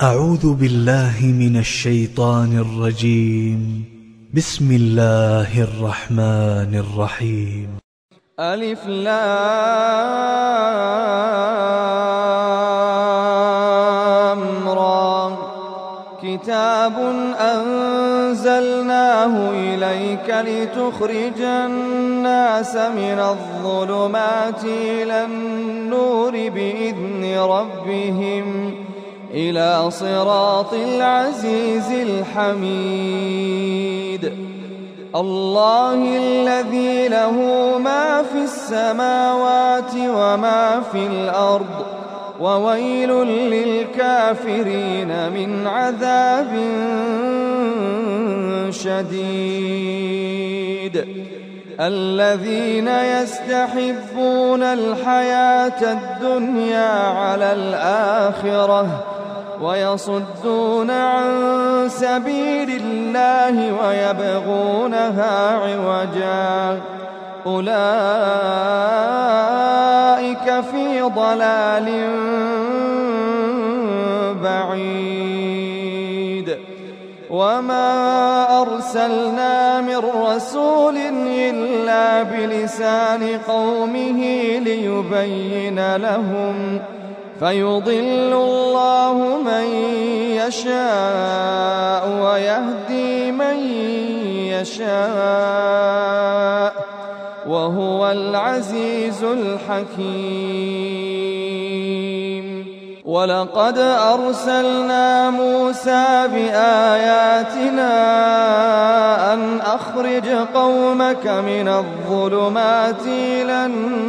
أعوذ بالله من الشيطان الرجيم. بسم الله الرحمن الرحيم. ألف لام را. كتاب أنزلناه إليك لتخرج الناس من الظلمات إلى النور بإذن ربهم إلى صراط العزيز الحميد. الله الذي له ما في السماوات وما في الأرض وويل للكافرين من عذاب شديد. الذين يستحبون الحياة الدنيا على الآخرة ويصدون عن سبيل الله ويبغونها عوجا أولئك في ضلال بعيد. وما أرسلنا من رسول إلا بلسان قومه ليبين لهم فيضل الله من يشاء ويهدي من يشاء وهو العزيز الحكيم. ولقد أرسلنا موسى بآياتنا أن أخرج قومك من الظلمات إلى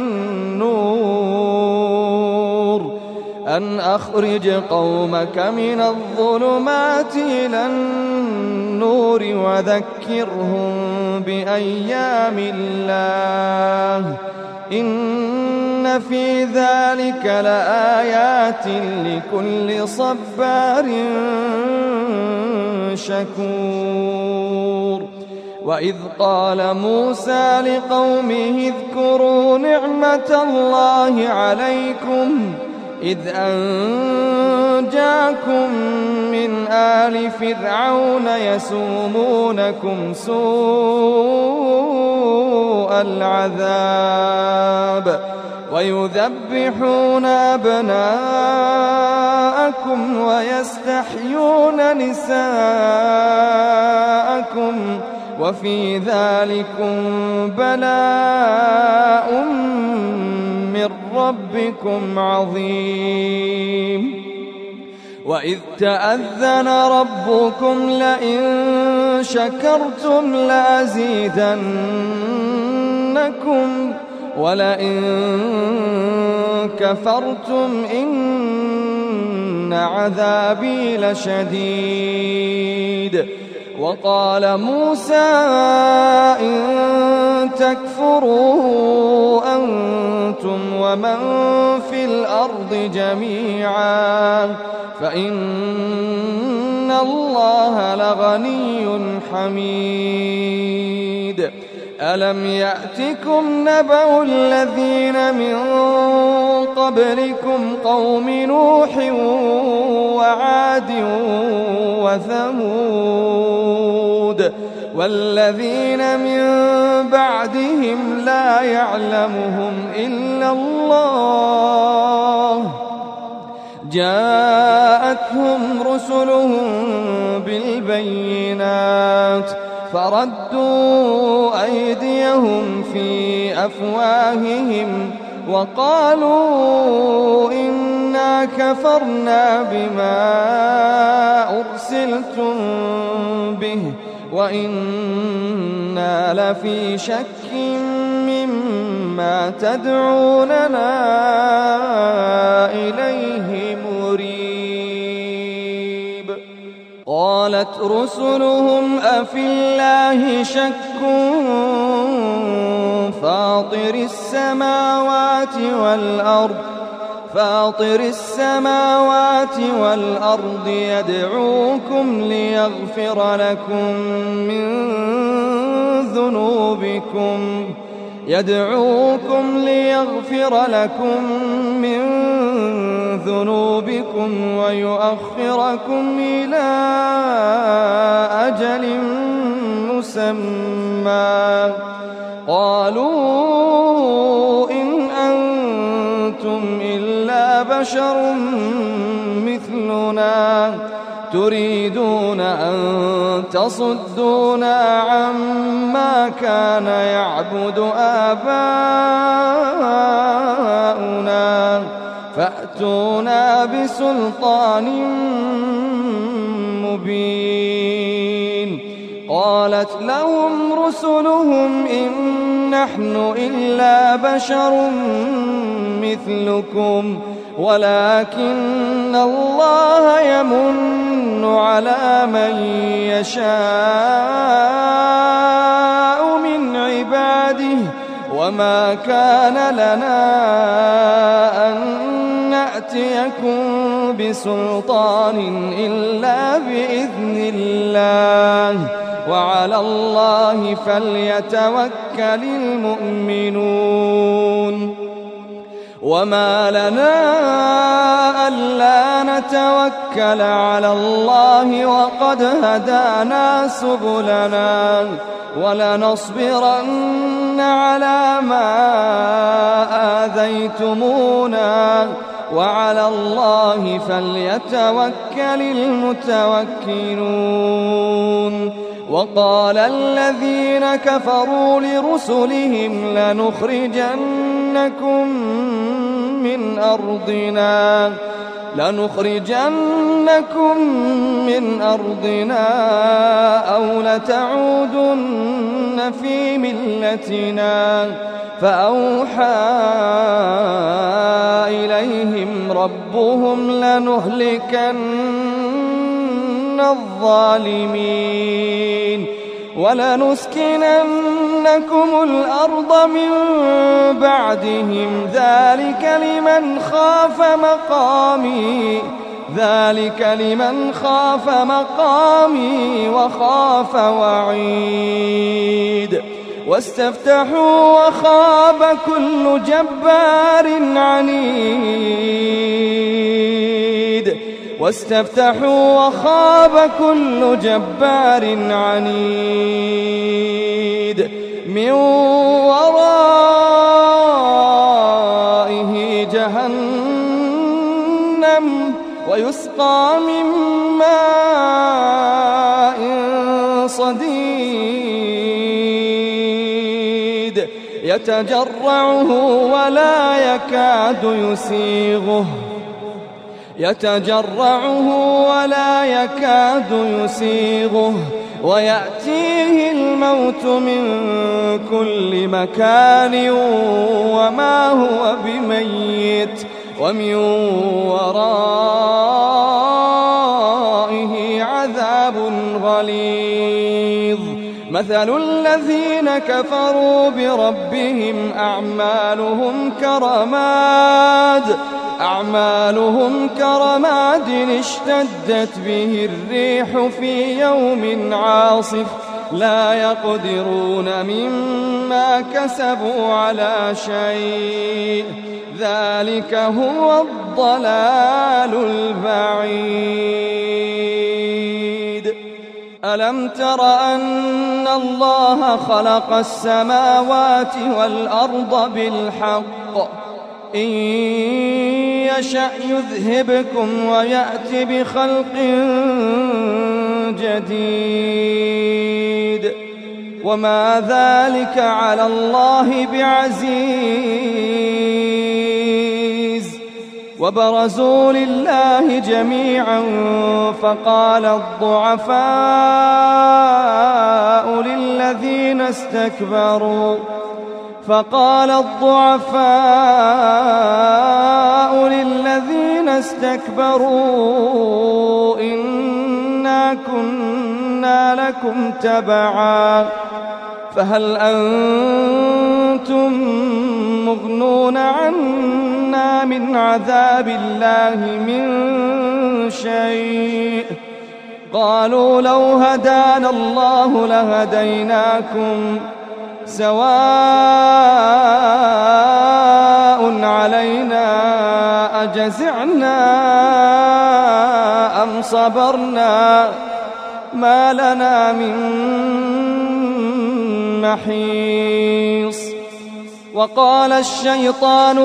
النور وذكرهم بأيام الله إن في ذلك لآيات لكل صبار شكور. وإذ قال موسى لقومه اذكروا نعمة الله عليكم إذ أنجاكم من آل فرعون يسومونكم سوء العذاب ويذبحون أبناءكم ويستحيون نساءكم وفي ذلكم بلاء من ربكم عظيم. وإذ تأذن ربكم لئن شكرتم لأزيدنكم ولئن كفرتم إن عذابي لشديد. وقال موسى إن تكفروا أنتم ومن في الأرض جميعا فإن الله لغني حميد. ألم يأتكم نبأ الذين من قبلكم قوم نوح وعاد وثمود والذين من بعدهم لا يعلمهم إلا الله جاءتهم رسلهم بالبينات فردوا أيديهم في أفواههم وقالوا إنا كفرنا بما أرسلتم به وإنا لفي شك مما تدعوننا إليه مريب. قالت رسلهم أفي الله شك فاطر السماوات والأرض يدعوكم ليغفر لكم من ذنوبكم يدعوكم ليغفر لكم من ذنوبكم ويؤخركم إلى أجل مسمى. قالوا إن أنتم إلا بشر مثلنا تريدون أن تصدونا عما كان يعبد آباؤنا فأتونا بسلطان مبين. قالت لهم رسلهم إن نحن إلا بشر مثلكم ولكن الله يمن على من يشاء من عباده وما كان لنا أن نأتيكم بسلطان إلا بإذن الله وعلى الله فليتوكل المؤمنون. وما لنا ألا نتوكل على الله وقد هدانا سبلنا ولنصبرن على ما آذيتمونا وعلى الله فليتوكل المتوكلون. وقال الذين كفروا لرسلهم لنخرجنكم من أرضنا أو لتعودن في ملتنا فأوحى إليهم ربهم لنهلكن الظالمين ولنسكننكم الأرض من بعدهم ذلك لمن خاف مقامي وخاف وعيد. واستفتحوا وخاب كل جبار عنيد من ورائه جهنم ويسقى من ماء صديد يتجرعه ولا يكاد يسيغه ويأتيه الموت من كل مكان وما هو بميت ومن ورائه عذاب غليظ. مثل الذين كفروا بربهم أعمالهم كرماد اشتدت به الريح في يوم عاصف لا يقدرون مما كسبوا على شيء ذلك هو الضلال البعيد. ألم تر أن الله خلق السماوات والأرض بالحق إن يشأ يذهبكم ويأت بخلق جديد وما ذلك على الله بعزيز. وبرزوا لله جميعا فقال الضعفاء للذين استكبروا إنا كنا لكم تبعا فهل أنتم مغنون عنا من عذاب الله من شيء؟ قالوا لو هدانا الله لهديناكم سواء علينا أجزعنا أم صبرنا ما لنا من محيص. وقال الشيطان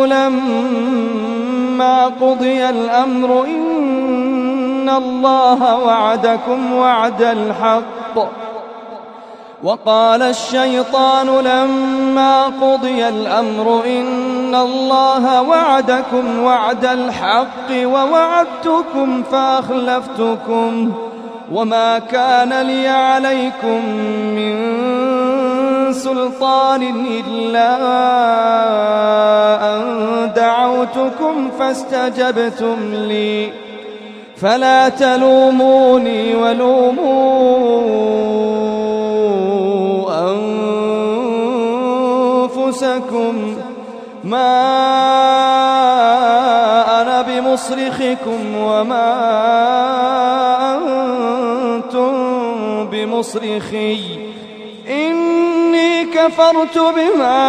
لما قضي الأمر إن الله وعدكم وعد الحق وقال الشيطان لما قضي الأمر إن الله وعدكم وعد الحق ووعدتكم فأخلفتكم وما كان لي عليكم من سلطان إلا أن دعوتكم فاستجبتم لي فلا تلوموني ولوموا أنفسكم ما أنا بمصرخكم وما أنتم بمصرخي إني كفرت بما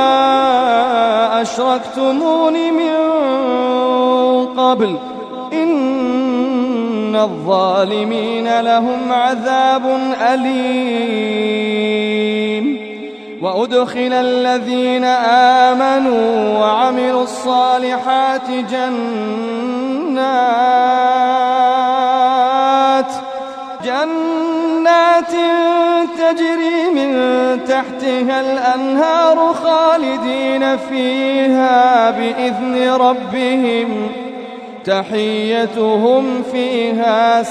أشركتمون من قبل إن الظالمين لهم عذاب أليم. وأدخل الذين آمنوا وعملوا الصالحات جنات تجري من تحتها الأنهار خالدين فيها بإذن ربهم تحيتهم فيها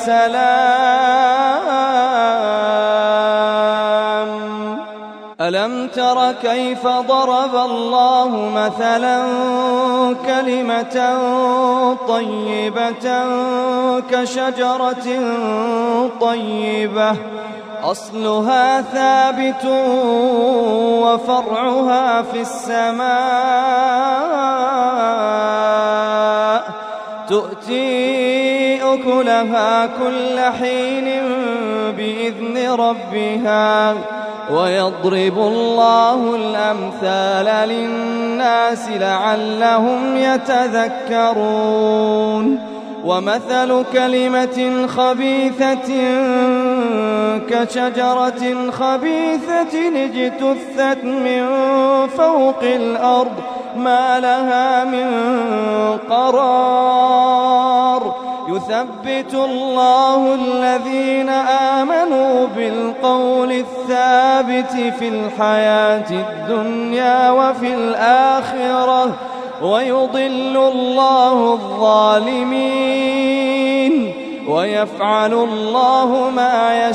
سلام. ألم تر كيف ضرب الله مثلا كلمة طيبة كشجرة طيبة أصلها ثابت وفرعها في السماء تؤتي أكلها كل حين بإذن ربها ويضرب الله الأمثال للناس لعلهم يتذكرون. ومثل كلمة خبيثة كشجرة خبيثة اجتثت من فوق الأرض ما لها من قرار يثبت الله الذين آمنوا بالقول الثابت في الحياة الدنيا وفي الآخرة ويضل الله الظالمين ويفعل الله ما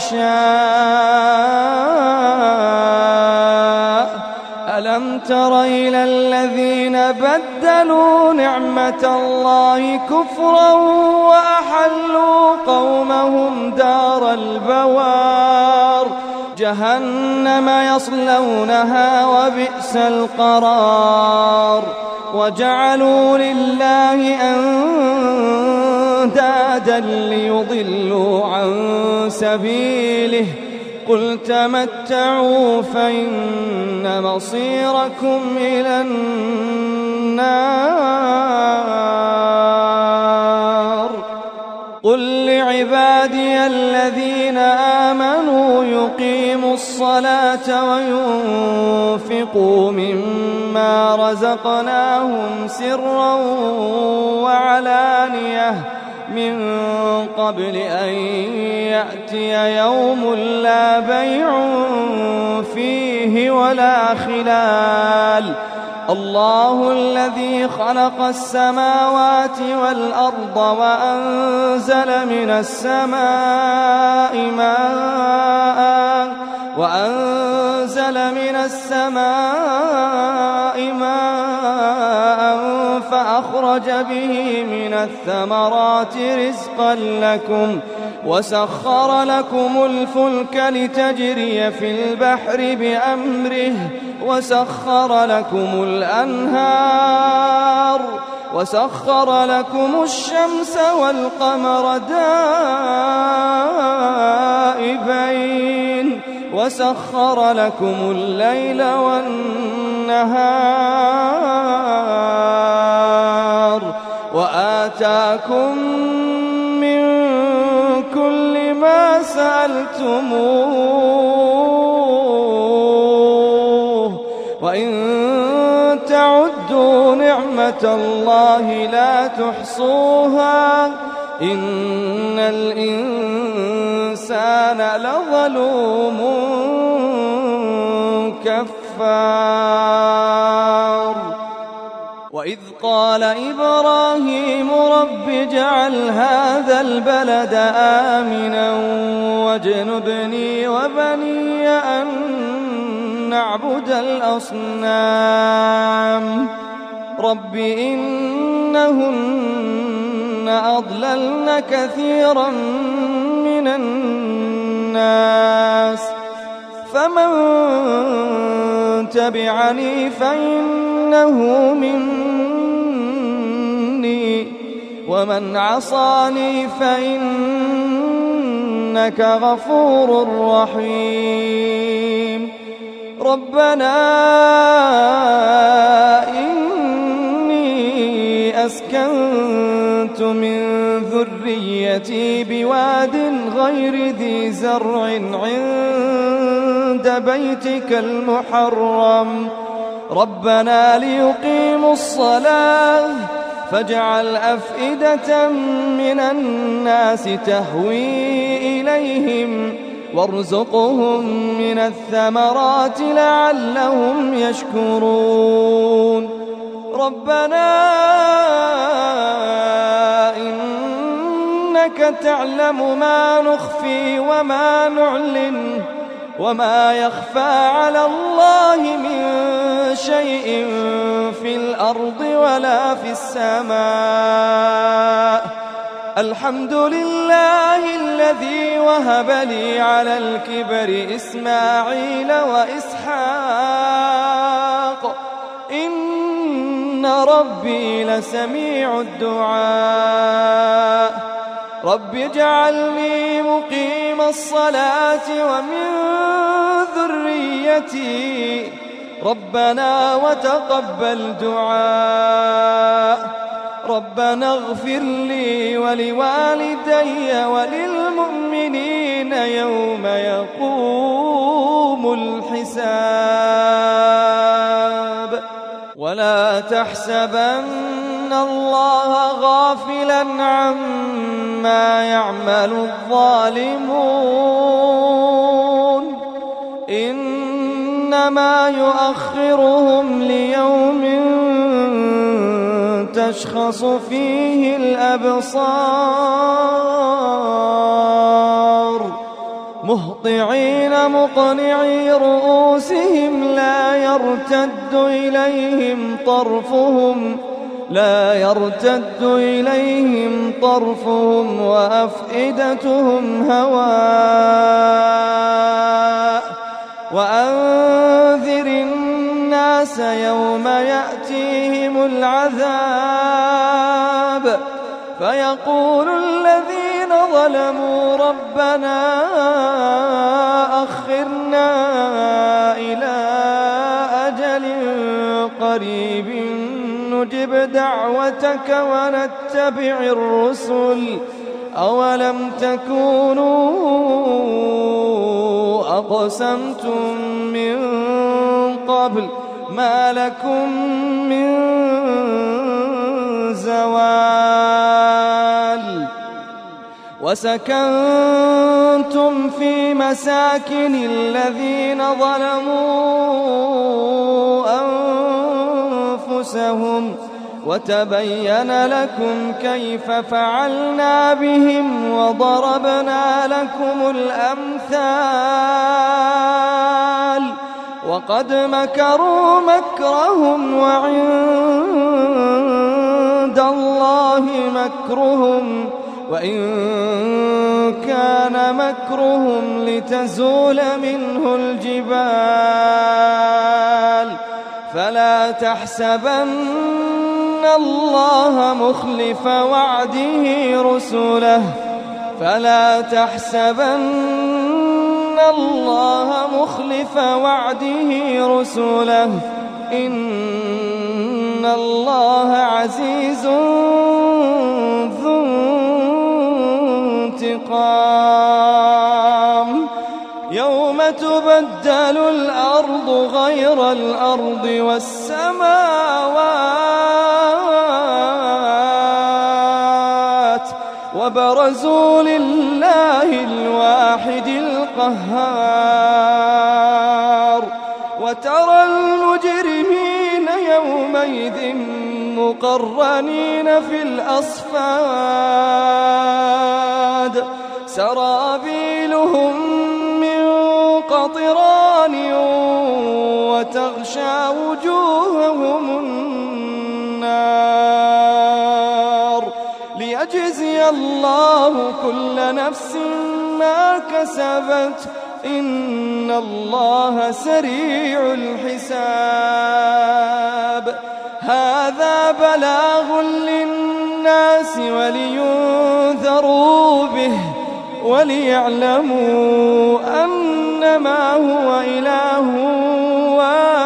يشاء. ألم تر إلى الذين بدلوا نعمة الله كفرا وأحلوا قومهم دار البوار جهنم يصلونها وبئس القرار. وجعلوا لله أندادا ليضلوا عن سبيله قل تمتعوا فإن مصيركم إلى النار. قل لعبادي الذين آمنوا يقيموا الصلاة وينفقوا مما رزقناهم سرا وعلانية من قبل أن يأتي يوم لا بيع فيه ولا خلال. الله الذي خلق السماوات والأرض وأنزل من السماء ماء فأخرج به من الثمرات رزقا لكم وسخر لكم الفلك لتجري في البحر بأمره وسخر لكم الأنهار وسخر لكم الشمس والقمر دائبين وسخر لكم الليل والنهار وآتاكم من كل ما سألتموه وإن تعدوا نعمة الله لا تحصوها إن الإنسان لظلوم كفار. وإذ قال إبراهيم رب اجعل هذا البلد آمنا واجنبني وبني أن نعبد الأصنام رب إنهن أضللن كثيرا من الناس فمن تبعني فإنه مني ومن عصاني فإنك غفور رحيم. ربنا إني أسكنت من ذريتي بواد غير ذي زرع عند بيتك المحرم ربنا ليقيموا الصلاة فاجعل أفئدة من الناس تهوي إليهم وارزقهم من الثمرات لعلهم يشكرون. ربنا إنك تعلم ما نخفي وما نعلن وما يخفى على الله من شيء في الأرض ولا في السماء. الحمد لله الذي وهب لي على الكبر إسماعيل وإسحاق إن ربي لسميع الدعاء. رب اجعلني مقيم الصلاة ومن ذريتي ربنا وتقبل دعاء. ربنا اغفر لي ولوالدي وللمؤمنين يوم يقوم الحساب. ولا تحسبن الله غافلا عما يعمل الظالمون إنما يؤخرهم ليوم تشخص فيه الأبصار مهطعين مقنعي رؤوسهم لا يرتد إليهم طرفهم وأفئدتهم هواء. وأنذر الناس يوم يأتيهم العذاب فيقول الذين ظلموا ربنا أخرنا إلى أجل قريب نجب دعوتك ونتبع الرسل أولم تكونوا أقسمتم من قبل ما لكم من زوال. وسكنتم في مساكن الذين ظلموا أنفسهم وتبين لكم كيف فعلنا بهم وضربنا لكم الأمثال. وقد مكروا مكرهم وعند الله مكرهم وإن كان مكرهم لتزول منه الجبال. فلا تحسبن الله مخلف وعده رسله فلا تحسبن الله مخلف وعده رسله إن الله عزيز ذو انتقام يوم تبدل الأرض غير الأرض والسماوات وبرزوا لله الواحد القهار وترى المجرمين يومئذ مقرنين في الأصفاد سرابيلهم من قطران وتغشى وجوههم النار ليجزي الله كل نفس ما كسبت إن الله سريع الحساب هذا بلاغ للناس ولينذروا به وليعلموا أنما هو إله واحد. 1 واحد. 1 وليذكر أولو الألباب.